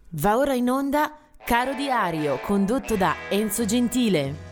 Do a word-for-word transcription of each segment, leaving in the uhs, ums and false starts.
Va ora in onda Caro Diario, condotto da Enzo Gentile.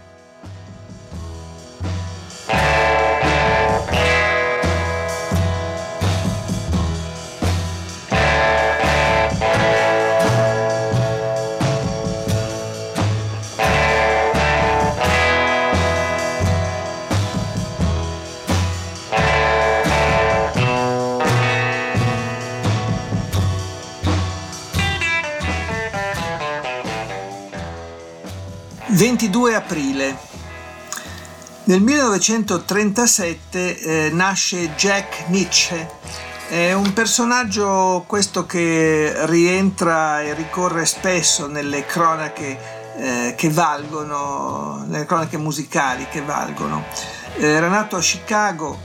ventidue aprile. Nel millenovecentotrentasette eh, nasce Jack Nitzsche. È un personaggio questo che rientra e ricorre spesso nelle cronache eh, che valgono, nelle cronache musicali che valgono. Era nato a Chicago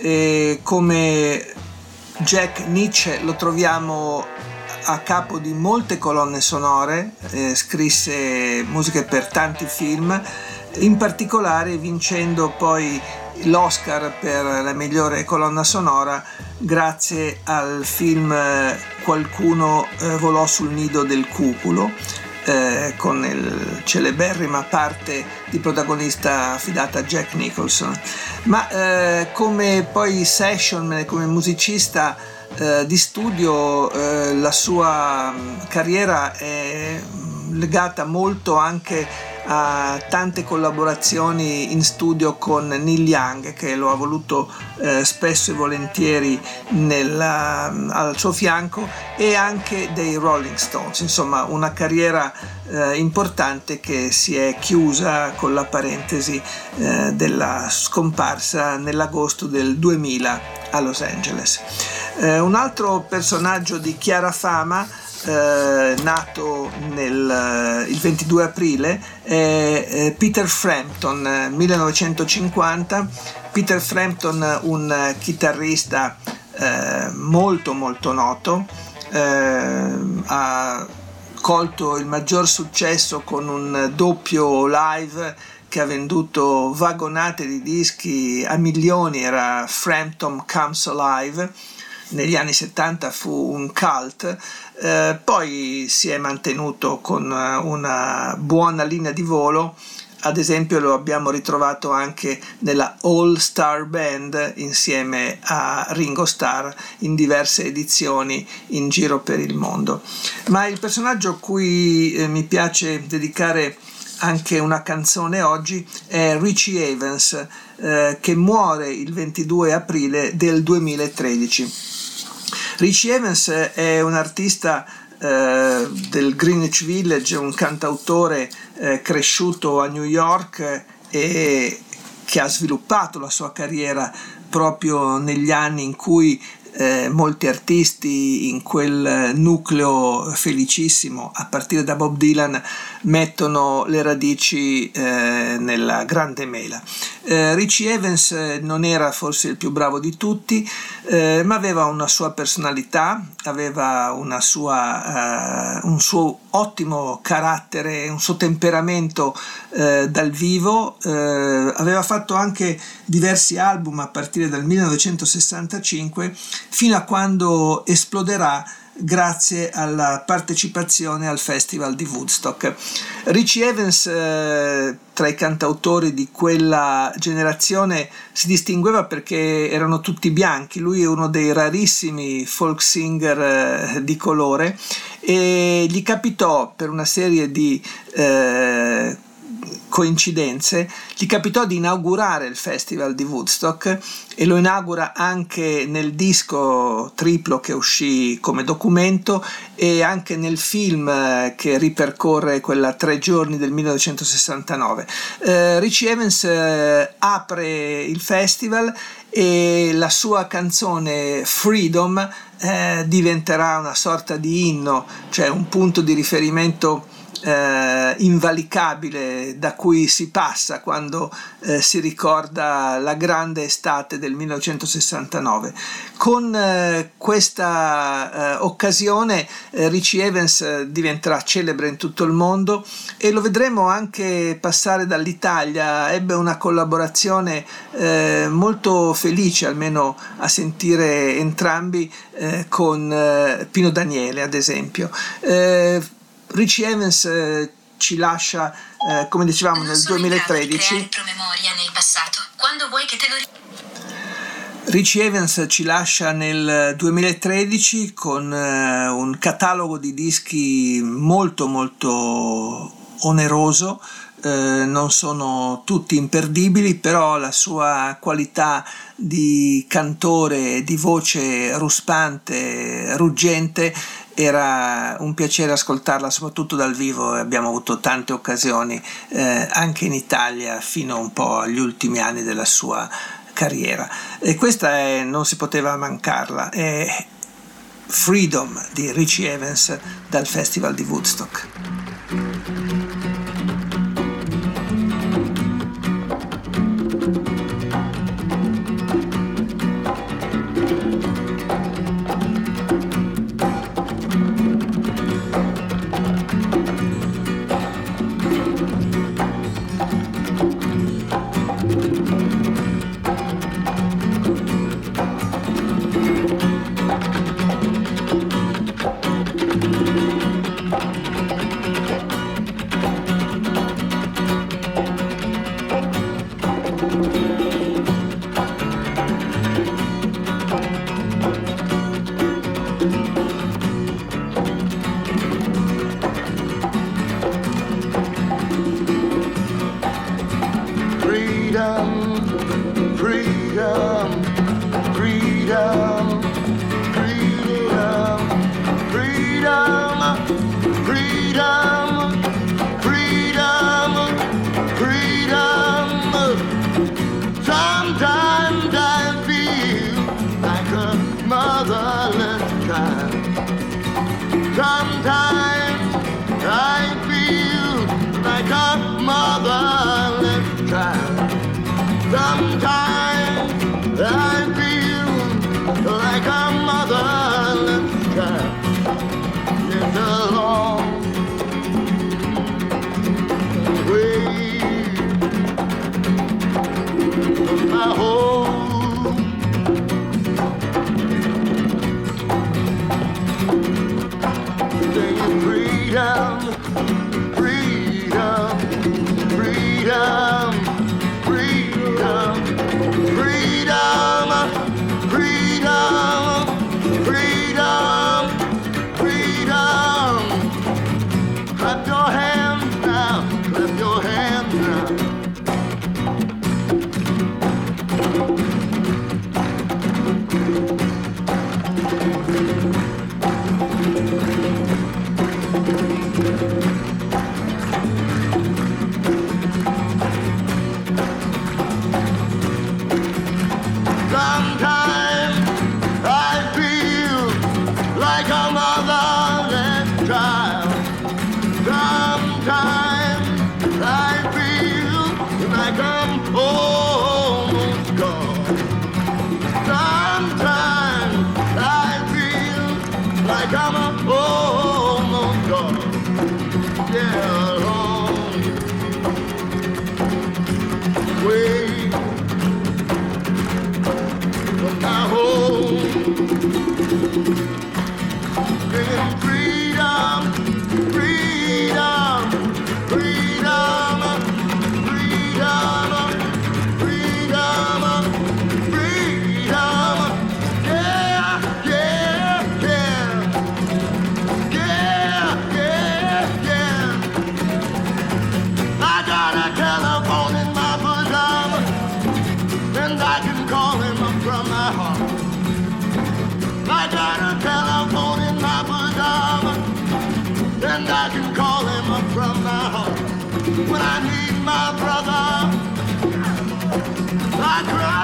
e come Jack Nitzsche lo troviamo a capo di molte colonne sonore, eh, scrisse musiche per tanti film, in particolare vincendo poi l'Oscar per la migliore colonna sonora grazie al film Qualcuno eh, volò sul nido del cuculo, eh, con il celeberrima parte di protagonista affidata a Jack Nicholson. Ma eh, come poi session, come musicista Eh, di studio, eh, la sua carriera è legata molto anche a tante collaborazioni in studio con Neil Young, che lo ha voluto eh, spesso e volentieri nella, al suo fianco, e anche dei Rolling Stones. Insomma, una carriera eh, importante che si è chiusa con la parentesi eh, della scomparsa nell'agosto del duemila a Los Angeles. Eh, un altro personaggio di chiara fama, eh, nato nel, il ventidue aprile, è eh, Peter Frampton, millenovecentocinquanta. Peter Frampton, un chitarrista eh, molto molto noto, eh, ha colto il maggior successo con un doppio live che ha venduto vagonate di dischi a milioni. Era Frampton Comes Alive. Negli anni settanta fu un cult, eh, poi si è mantenuto con una buona linea di volo. Ad esempio lo abbiamo ritrovato anche nella All Star Band insieme a Ringo Starr in diverse edizioni in giro per il mondo. Ma il personaggio a cui eh, mi piace dedicare anche una canzone oggi è Richie Havens, eh, che muore il ventidue aprile del duemilatredici. Richie Havens è un artista eh, del Greenwich Village, un cantautore eh, cresciuto a New York e che ha sviluppato la sua carriera proprio negli anni in cui Eh, molti artisti in quel nucleo felicissimo, a partire da Bob Dylan, mettono le radici eh, nella grande mela. Eh, Richie Havens non era forse il più bravo di tutti, eh, ma aveva una sua personalità, aveva una sua, eh, un suo ottimo carattere, un suo temperamento eh, dal vivo. Eh, aveva fatto anche diversi album a partire dal millenovecentosessantacinque fino a quando esploderà grazie alla partecipazione al Festival di Woodstock. Richie Havens, eh, tra i cantautori di quella generazione, si distingueva perché erano tutti bianchi. Lui è uno dei rarissimi folk singer eh, di colore, e gli capitò, per una serie di eh, coincidenze, gli capitò di inaugurare il Festival di Woodstock, e lo inaugura anche nel disco triplo che uscì come documento e anche nel film che ripercorre quella tre giorni del millenovecentosessantanove. Eh, Richie Havens eh, apre il festival e la sua canzone Freedom eh, diventerà una sorta di inno, cioè un punto di riferimento Eh, invalicabile da cui si passa quando eh, si ricorda la grande estate del millenovecentosessantanove. Con eh, questa eh, occasione eh, Richie Havens eh, diventerà celebre in tutto il mondo, e lo vedremo anche passare dall'Italia. Ebbe una collaborazione eh, molto felice, almeno a sentire entrambi, eh, con eh, Pino Daniele ad esempio. Eh, Richie Evans eh, ci lascia, eh, come dicevamo, nel duemilatredici. Non sono in grado di creare promemoria nel passato. Quando vuoi che te lo Richie Evans ci lascia nel duemilatredici con eh, un catalogo di dischi molto molto oneroso. Eh, non sono tutti imperdibili, però la sua qualità di cantore, di voce ruspante, ruggente, era un piacere ascoltarla, soprattutto dal vivo. Abbiamo avuto tante occasioni eh, anche in Italia fino un po' agli ultimi anni della sua carriera, e questa è, non si poteva mancarla, è Freedom di Richie Evans dal Festival di Woodstock. When I need my brother, I cry.